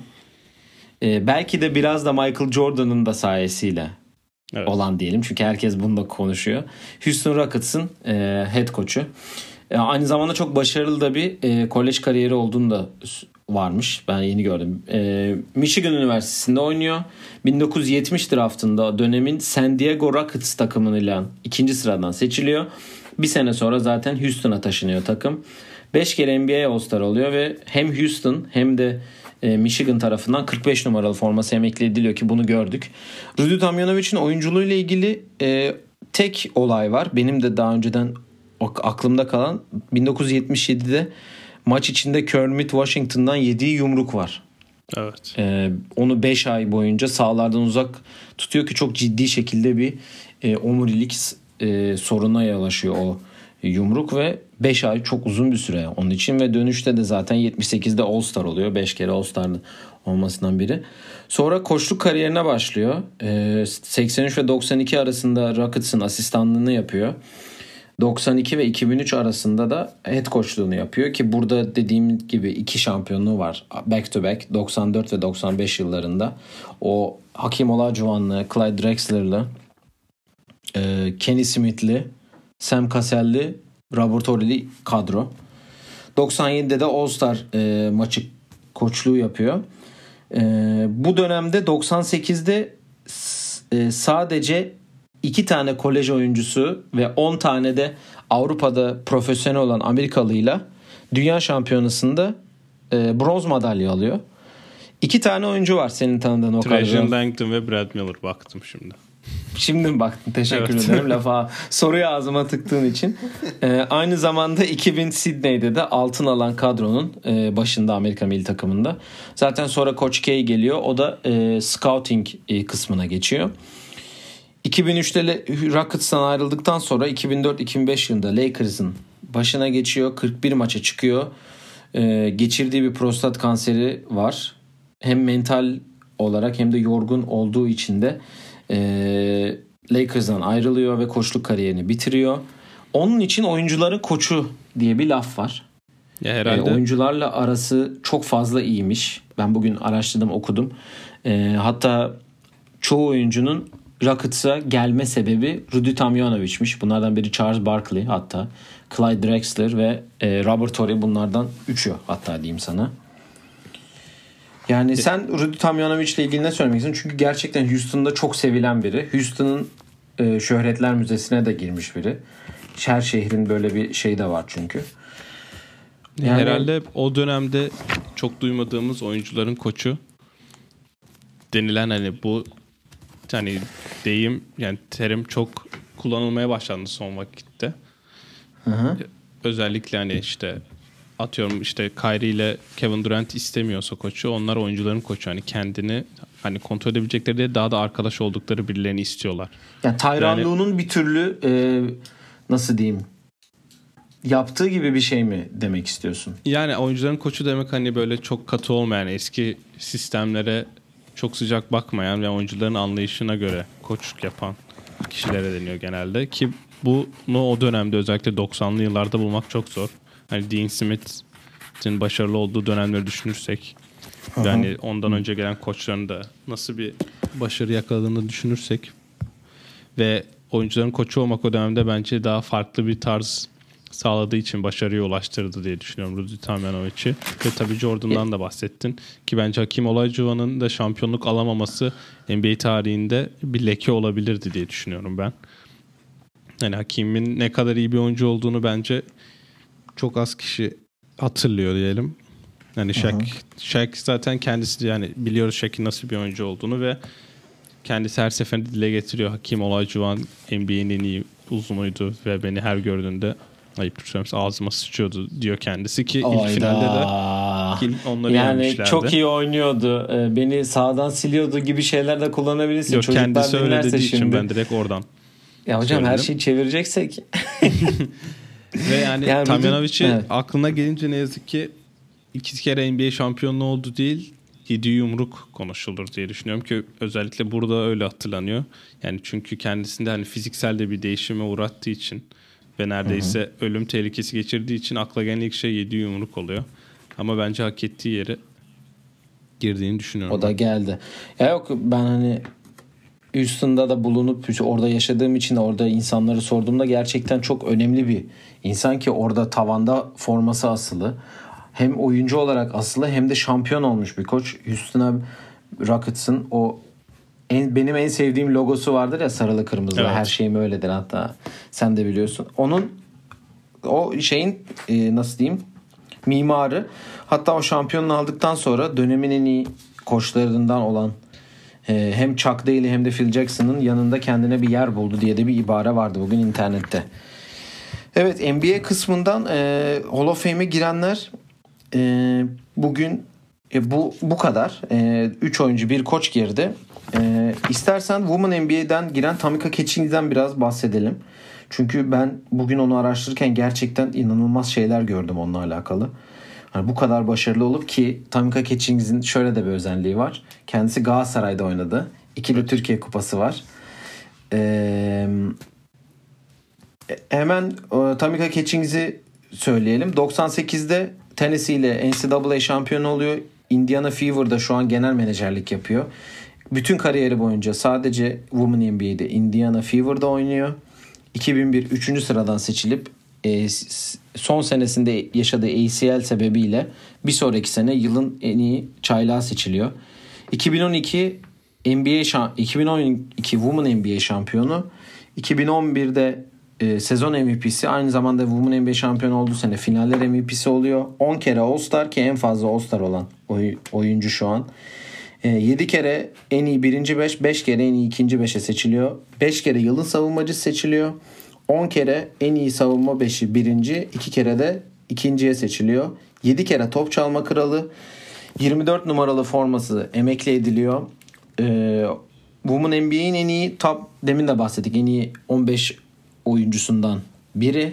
e, belki de biraz da Michael Jordan'ın da sayesiyle evet. olan diyelim. Çünkü herkes bunu da konuşuyor. Houston Rockets'ın e, head coach'u. E, aynı zamanda çok başarılı da bir e, kolej kariyeri olduğunu da varmış. Ben yeni gördüm. E, Michigan Üniversitesi'nde oynuyor. bin dokuz yüz yetmiş draftında dönemin San Diego Rockets takımıyla ikinci sıradan seçiliyor. Bir sene sonra zaten Houston'a taşınıyor takım. beş kere N B A All-Star oluyor ve hem Houston hem de e, Michigan tarafından kırk beş numaralı forması emekli ediliyor ki bunu gördük. Rudy Tomjanovic'in oyunculuğuyla ilgili e, tek olay var. Benim de daha önceden aklımda kalan, bin dokuz yüz yetmiş yedide maç içinde Kermit Washington'dan yediği yumruk var. Evet. Ee, onu beş ay boyunca sahalardan uzak tutuyor ki çok ciddi şekilde bir e, omurilik e, soruna yol açıyor o yumruk ve beş ay çok uzun bir süre onun için ve dönüşte de zaten yetmiş sekizde All-Star oluyor. beş kere All-Star olmasından biri. Sonra koçluk kariyerine başlıyor. Ee, seksen üç ve doksan iki arasında Rockets'ın asistanlığını yapıyor. doksan iki ve iki bin üç arasında da head coachluğunu yapıyor ki burada dediğim gibi iki şampiyonluğu var. Back to back doksan dört ve doksan beş yıllarında. O Hakeem Olajuwon'lu, Clyde Drexler'lı, e, Kenny Smith'li, Sam Cassell'li, Robert Horry'li kadro. doksan yedide de All-Star e, maçı koçluğu yapıyor. E, bu dönemde doksan sekizde e, sadece iki tane kolej oyuncusu ve on tane de Avrupa'da profesyonel olan Amerikalıyla dünya şampiyonasında e, bronz madalya alıyor. İki tane oyuncu var senin tanıdığın o kadar. Trajan Langdon ve Brad Miller, baktım şimdi. Şimdi mi baktın? Teşekkür Evet. ederim. Lafa soruyu ağzıma tıktığın için. Ee, aynı zamanda iki bin Sydney'de de altın alan kadronun e, başında Amerika milli takımında. Zaten sonra Coach K geliyor. O da e, scouting e, kısmına geçiyor. iki bin üçte Rockets'tan ayrıldıktan sonra iki bin dört iki bin beş yılında Lakers'ın başına geçiyor. kırk bir maça çıkıyor. Ee, geçirdiği bir prostat kanseri var. Hem mental olarak hem de yorgun olduğu için de e, Lakers'dan ayrılıyor ve koçluk kariyerini bitiriyor. Onun için oyuncuların koçu diye bir laf var. Ya herhalde. E, oyuncularla arası çok fazla iyiymiş. Ben bugün araştırdım, okudum. E, hatta çoğu oyuncunun Rockets'a gelme sebebi Rudy Tomjanovic'miş. Bunlardan biri Charles Barkley, hatta Clyde Drexler ve e, Robert Horry, bunlardan üçü hatta diyeyim sana. Yani sen Rudy Tomjanovic ile ilgili ne söylemek istiyorsun? Çünkü gerçekten Houston'da çok sevilen biri. Houston'ın e, Şöhretler Müzesi'ne de girmiş biri. Her şehrin böyle bir şey de var çünkü. Yani... Herhalde o dönemde çok duymadığımız oyuncuların koçu denilen, hani bu hani deyim, yani terim çok kullanılmaya başlandı son vakitte. Hı hı. Özellikle hani işte atıyorum işte Kyrie ile Kevin Durant istemiyorsa koçu, onlar oyuncuların koçu. Hani kendini hani kontrol edebilecekleri diye daha da arkadaş oldukları birilerini istiyorlar. Yani Tyronn Lue'nun yani... bir türlü e, nasıl diyeyim, yaptığı gibi bir şey mi demek istiyorsun? Yani oyuncuların koçu demek hani böyle çok katı olmayan, eski sistemlere çok sıcak bakmayan ve oyuncuların anlayışına göre koçluk yapan kişilere deniyor genelde. Ki bunu o dönemde, özellikle doksanlı yıllarda bulmak çok zor. Hani Dean Smith'in başarılı olduğu dönemleri düşünürsek, Aha. yani ondan önce gelen koçların da nasıl bir başarı yakaladığını düşünürsek ve oyuncuların koçu olmak o dönemde bence daha farklı bir tarz sağladığı için başarıya ulaştırdı diye düşünüyorum Rudy Tomjanovic'i. Ve tabii Jordan'dan da bahsettin ki bence Hakeem Olajuwon'un da şampiyonluk alamaması N B A tarihinde bir leke olabilirdi diye düşünüyorum ben. Yani Hakeem'in ne kadar iyi bir oyuncu olduğunu bence çok az kişi hatırlıyor diyelim. Yani Shaq, Shaq zaten kendisi, yani biliyoruz Shaq'in nasıl bir oyuncu olduğunu ve kendisi her seferinde dile getiriyor. Hakeem Olajuwon N B A'nin en iyi uzunuydu ve beni her gördüğünde, ayıp söylemesi, ağzıma sıçıyordu diyor kendisi ki Oyda. ilk finalde de onları yani yenmişlerdi. Çok iyi oynuyordu. Beni sağdan siliyordu gibi şeyler de kullanabilirsin. Yok, çocuklar kendisi öyle dediği şimdi. için ben direkt oradan ya hocam söyledim. Her şeyi çevireceksek ve yani, yani Tomjanovic'i evet. aklına gelince ne yazık ki iki kere N B A şampiyonluğu oldu değil, yedi yumruk konuşulur diye düşünüyorum ki özellikle burada öyle hatırlanıyor. Yani çünkü kendisinde hani fiziksel de bir değişime uğrattığı için ve neredeyse Hı-hı. ölüm tehlikesi geçirdiği için akla gelen ilk şey yedi yumruk oluyor. Ama bence hak ettiği yere girdiğini düşünüyorum. O da geldi. Ya yok, ben hani Houston'da da bulunup orada yaşadığım için, orada insanları sorduğumda gerçekten çok önemli bir insan ki orada tavanda forması asılı. Hem oyuncu olarak asılı hem de şampiyon olmuş bir koç. Houston Rockets'ın o en, benim en sevdiğim logosu vardır ya, sarılı kırmızılı. Evet. Her şeyim öyledir, hatta sen de biliyorsun. Onun o şeyin e, nasıl diyeyim, mimarı. Hatta o şampiyonluğu aldıktan sonra dönemin en iyi koçlarından olan e, hem Chuck Daly hem de Phil Jackson'ın yanında kendine bir yer buldu diye de bir ibare vardı bugün internette. Evet, N B A kısmından e, Hall of Fame'e girenler e, bugün e, bu bu kadar. üç e, oyuncu, bir koç girdi. E, istersen Women N B A'den giren Tamika Catchings'den biraz bahsedelim. Çünkü ben bugün onu araştırırken gerçekten inanılmaz şeyler gördüm onunla alakalı. Yani bu kadar başarılı olup ki Tamika Catchings'in şöyle de bir özelliği var. Kendisi Galatasaray'da oynadı. İki de Türkiye Kupası var. Eee Hemen e, Tamika Catchings'i söyleyelim. doksan sekizde Tennessee ile N C A A şampiyonu oluyor. Indiana Fever'da şu an genel menajerlik yapıyor. Bütün kariyeri boyunca sadece Women N B A'de Indiana Fever'da oynuyor. iki bin bir üçüncü sıradan seçilip e, son senesinde yaşadığı A C L sebebiyle bir sonraki sene yılın en iyi çaylağı seçiliyor. iki bin on iki N B A iki bin on iki Women N B A şampiyonu. iki bin on birde e, sezon M V P'si, aynı zamanda Women N B A şampiyonu olduğu sene finaller M V P'si oluyor. on kere All-Star ki en fazla All-Star olan oy, oyuncu şu an. yedi kere en iyi birinci beş, beş kere en iyi ikinci beşe seçiliyor. beş kere yılın savunmacısı seçiliyor. on kere en iyi savunma beşi birinci, iki kere de ikinciye seçiliyor. yedi kere top çalma kralı. yirmi dört numaralı forması emekli ediliyor. Ee, Women N B A'in en iyi top, demin de bahsettik, en iyi on beş oyuncusundan biri.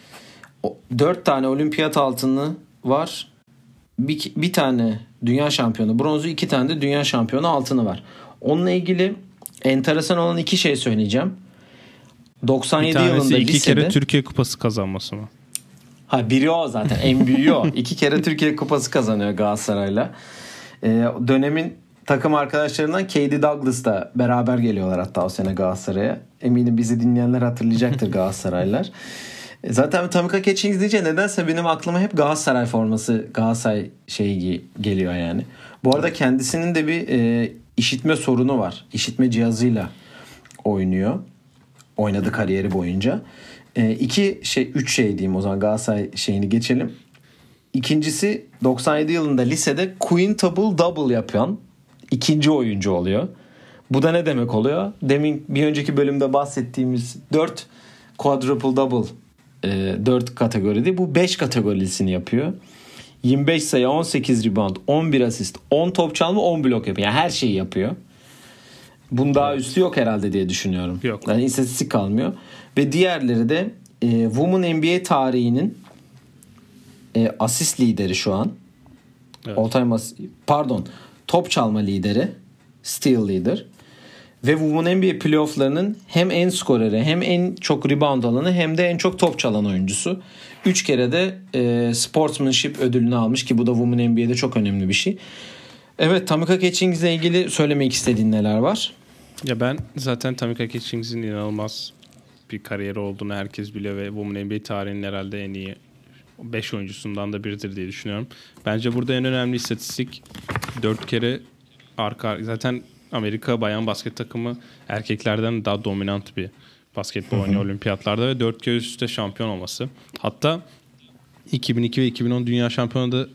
dört tane olimpiyat altını var. Bir, bir tane dünya şampiyonu bronzu, iki tane de dünya şampiyonu altını var. Onunla ilgili enteresan olan iki şey söyleyeceğim. doksan yedi bir yılında iki lisede... kere Türkiye Kupası kazanması mı? Ha, biri o zaten. En büyüğü o. İki kere Türkiye Kupası kazanıyor Galatasaray'la. Ee, dönemin takım arkadaşlarından Katie Douglas da beraber geliyorlar hatta o sene Galatasaray'a. Eminim bizi dinleyenler hatırlayacaktır Galatasaraylılar. Zaten Tamika Catchings deyince nedense benim aklıma hep Galatasaray forması, Galatasaray şeyi geliyor yani. Bu arada kendisinin de bir e, işitme sorunu var. İşitme cihazıyla oynuyor. Oynadı kariyeri boyunca. E, iki şey, üç şey diyeyim o zaman, Galatasaray şeyini geçelim. İkincisi, doksan yedi yılında lisede quintuple double yapan ikinci oyuncu oluyor. Bu da ne demek oluyor? Demin bir önceki bölümde bahsettiğimiz dört quadruple double, dört kategoride bu beş kategorisini yapıyor. yirmi beş sayı, on sekiz rebound, on bir asist, on top çalma, on blok yapıyor. Yani her şeyi yapıyor. Bunun daha üstü yok herhalde diye düşünüyorum. Yok. Yani istatistik kalmıyor. Ve diğerleri de e, Women N B A tarihinin e, asist lideri şu an. Evet. All time as- pardon, top çalma lideri, steal leader. Ve Women N B A playoff'larının hem en skoreri, hem en çok rebound alanı, hem de en çok top çalan oyuncusu. Üç kere de e, sportsmanship ödülünü almış ki bu da Women N B A'de çok önemli bir şey. Evet, Tamika Catchings ile ilgili söylemek istediğin neler var? Ya ben zaten Tamika Catchings'in inanılmaz bir kariyeri olduğunu herkes biliyor ve Women N B A tarihinin herhalde en iyi beş oyuncusundan da biridir diye düşünüyorum. Bence burada en önemli istatistik dört kere arka zaten Amerika bayan basket takımı erkeklerden daha dominant bir basketbol oynuyor olimpiyatlarda ve dört kere üst üste şampiyon olması. Hatta iki bin iki ve iki bin on dünya şampiyonu da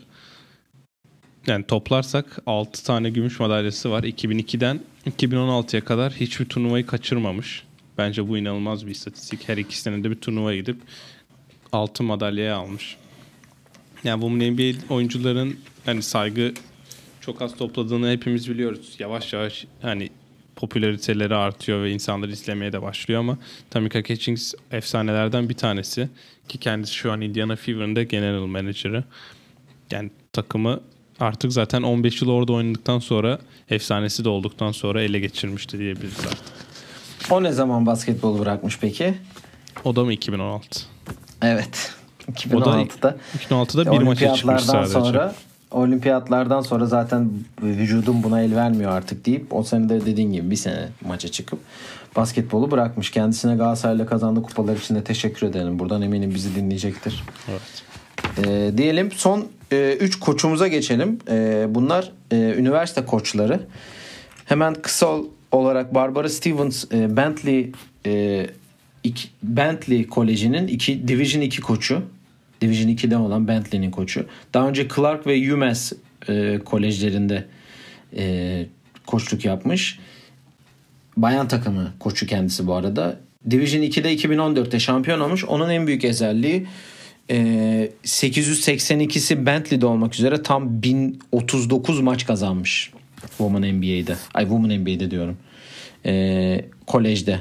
yani toplarsak altı tane gümüş madalyası var. iki bin ikiden iki bin on altıya kadar hiçbir turnuvayı kaçırmamış. Bence bu inanılmaz bir istatistik. Her iki senede bir turnuvaya gidip altın madalyayı almış. Yani bu N B A oyuncuların hani saygı çok az topladığını hepimiz biliyoruz. Yavaş yavaş hani popülariteleri artıyor ve insanlar izlemeye de başlıyor ama Tamika Catchings efsanelerden bir tanesi ki kendisi şu an Indiana Fever'ın da general manager'ı. Yani takımı artık zaten on beş yıl orada oynadıktan sonra, efsanesi de olduktan sonra ele geçirmişti diyebiliriz artık. O ne zaman basketbolu bırakmış peki? O da mı iki bin on altı? Evet. iki bin on altıda. iki bin on altıda bir maça çıkmış sadece. Sonra, olimpiyatlardan sonra zaten vücudum buna el vermiyor artık deyip o sene de dediğin gibi bir sene maça çıkıp basketbolu bırakmış. Kendisine Galatasaray'la kazandığı kupalar için de teşekkür edelim. Buradan eminim bizi dinleyecektir. Evet. Ee, diyelim son üç e, koçumuza geçelim. E, bunlar e, üniversite koçları. Hemen kısa olarak Barbara Stevens e, Bentley e, iki, Bentley Koleji'nin iki, Division iki koçu. Division ikide olan Bentley'nin koçu. Daha önce Clark ve UMass e, kolejlerinde e, koçluk yapmış. Bayan takımı koçu kendisi bu arada. Division ikide iki bin on dörtte şampiyon olmuş. Onun en büyük özelliği e, sekiz yüz seksen ikisi Bentley'de olmak üzere tam bin otuz dokuz maç kazanmış. Women N B A'de. Ay Women N B A'de diyorum. E, kolejde.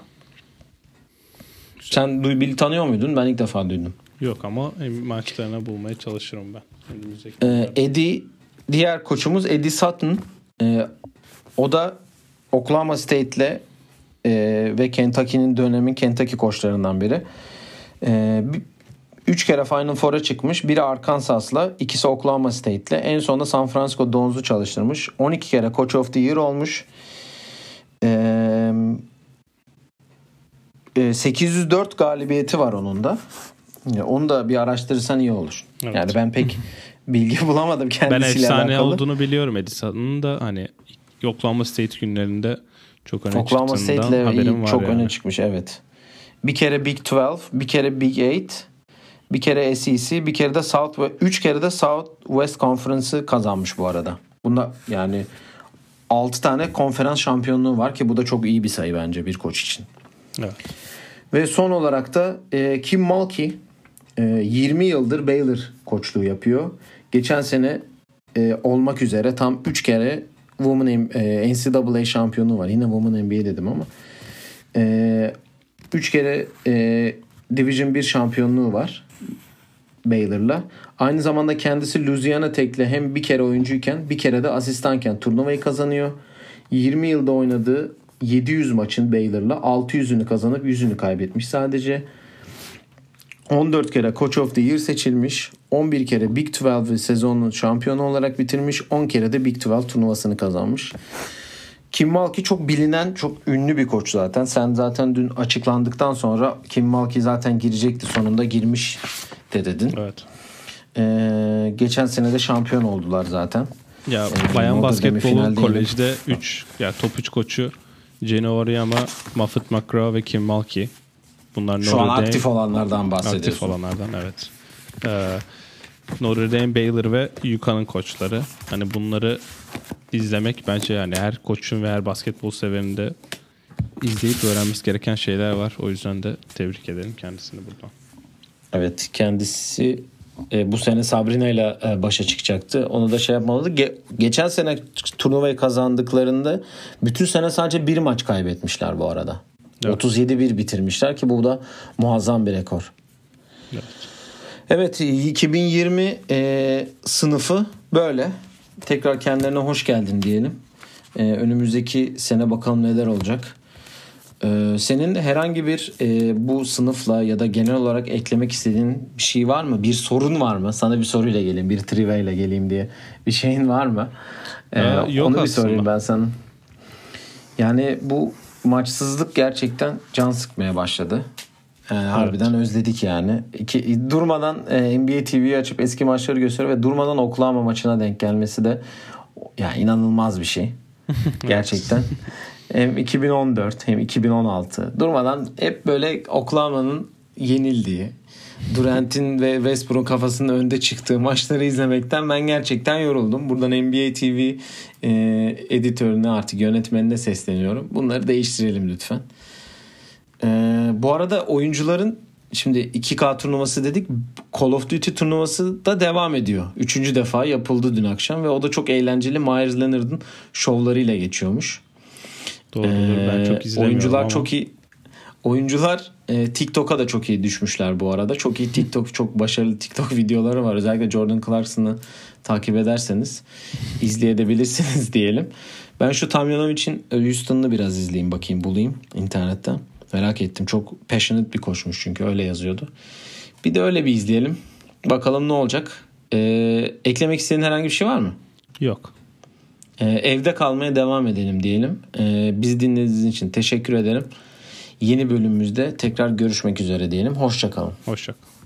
Sen Bill'i tanıyor muydun? Ben ilk defa duydum. Yok ama maçlarına bulmaya çalışırım ben. Ee, Eddie, diğer koçumuz Eddie Sutton. Ee, o da Oklahoma State'le e, ve Kentucky'nin dönemin Kentucky koçlarından biri. Ee, üç kere Final Four'a çıkmış. Biri Arkansas'la, ikisi Oklahoma State'le. En sonunda San Francisco Dons'u çalıştırmış. on iki kere Coach of the Year olmuş. Ee, sekiz yüz dört galibiyeti var onun da. Onu da bir araştırırsan iyi olur. Evet. Yani ben pek bilgi bulamadım kendisiyle alakalı. Ben efsane alakalı. olduğunu biliyorum Edison'un da hani Oklahoma State günlerinde çok öne Oklahoma çıktığından haberim var. Çok yani. öne çıkmış evet. Bir kere Big on iki, bir kere Big sekiz, bir kere S E C, bir kere de South, üç kere de South West Conference'ı kazanmış bu arada. Bunda yani altı tane konferans şampiyonluğu var ki bu da çok iyi bir sayı bence bir koç için. Evet. Ve son olarak da e, Kim Mulkey e, yirmi yıldır Baylor koçluğu yapıyor. Geçen sene e, olmak üzere tam üç kere Women e, N C double A şampiyonu var. Yine Women N B A dedim ama üç kere e, Division bir şampiyonluğu var Baylor'la. Aynı zamanda kendisi Louisiana Tech'le hem bir kere oyuncuyken bir kere de asistanken turnuvayı kazanıyor. yirmi yılda oynadığı yedi yüz maçın Baylor'la altı yüzünü kazanıp yüzünü kaybetmiş sadece. on dört kere Coach of the Year seçilmiş. on bir kere Big on iki sezonun şampiyonu olarak bitirmiş. on kere de Big on iki turnuvasını kazanmış. Kim Mulkey çok bilinen, çok ünlü bir koç zaten. Sen zaten dün açıklandıktan sonra Kim Mulkey zaten girecekti, sonunda girmiş de dedin. Evet. Ee, geçen sene de şampiyon oldular zaten. Ya ee, bayan basketbolun kolejde üç ya top üç koçu Jenny Oriyama, Muffet McGraw ve Kim Mulkey. Bunlar şu Notre an Dame, aktif olanlardan bahsediyorsun. Aktif olanlardan evet. Ee, Notre Dame, Baylor ve U Conn'ın koçları. Hani bunları izlemek bence yani her koçun ve her basketbol severinin de izleyip öğrenmesi gereken şeyler var. O yüzden de tebrik edelim kendisini buradan. Evet, kendisi e, bu sene Sabrina ile e, başa çıkacaktı. Onu da şey yapmalı. Ge- geçen sene turnuvayı kazandıklarında bütün sene sadece bir maç kaybetmişler bu arada. Evet. otuz yedi bir bitirmişler ki bu da muazzam bir rekor. Evet. Evet, iki bin yirmi e, sınıfı böyle. Tekrar kendilerine hoş geldin diyelim. E, önümüzdeki sene bakalım neler olacak. E, senin herhangi bir e, bu sınıfla ya da genel olarak eklemek istediğin bir şey var mı? Bir sorun var mı? Sana bir soruyla geleyim, bir trivia ile geleyim diye bir şeyin var mı? E, ee, yok onu aslında. bir sorayım ben sana. Yani bu maçsızlık gerçekten can sıkmaya başladı. Yani evet. Harbiden özledik yani. İki, durmadan e, N B A T V'yi açıp eski maçları gösteriyor ve durmadan Oklahoma maçına denk gelmesi de yani inanılmaz bir şey. Gerçekten. Hem iki bin on dört hem iki bin on altı durmadan hep böyle Oklahoma'nın yenildiği, Durant'in ve Westbrook'un kafasının önde çıktığı maçları izlemekten ben gerçekten yoruldum. Buradan N B A T V e, editörüne, artık yönetmenine sesleniyorum. Bunları değiştirelim lütfen. E, bu arada oyuncuların şimdi iki K turnuvası dedik. Call of Duty turnuvası da devam ediyor. Üçüncü defa yapıldı dün akşam ve o da çok eğlenceli. Myers Leonard'ın şovlarıyla geçiyormuş. Doğru, ee, ben çok izlemiyorum oyuncular ama. çok iyi. Oyuncular e, TikTok'a da çok iyi düşmüşler bu arada. Çok iyi TikTok, çok başarılı TikTok videoları var. Özellikle Jordan Clarkson'ı takip ederseniz izleyebilirsiniz diyelim. Ben şu Tomjanovic'in Houston'ını biraz izleyeyim, bakayım, bulayım internetten. Merak ettim. Çok passionate bir koşmuş çünkü öyle yazıyordu. Bir de öyle bir izleyelim. Bakalım ne olacak. Ee, eklemek istediğin herhangi bir şey var mı? Yok. Ee, evde kalmaya devam edelim diyelim. Ee, bizi dinlediğiniz için teşekkür ederim. Yeni bölümümüzde tekrar görüşmek üzere diyelim. Hoşça kalın. Hoşça kalın.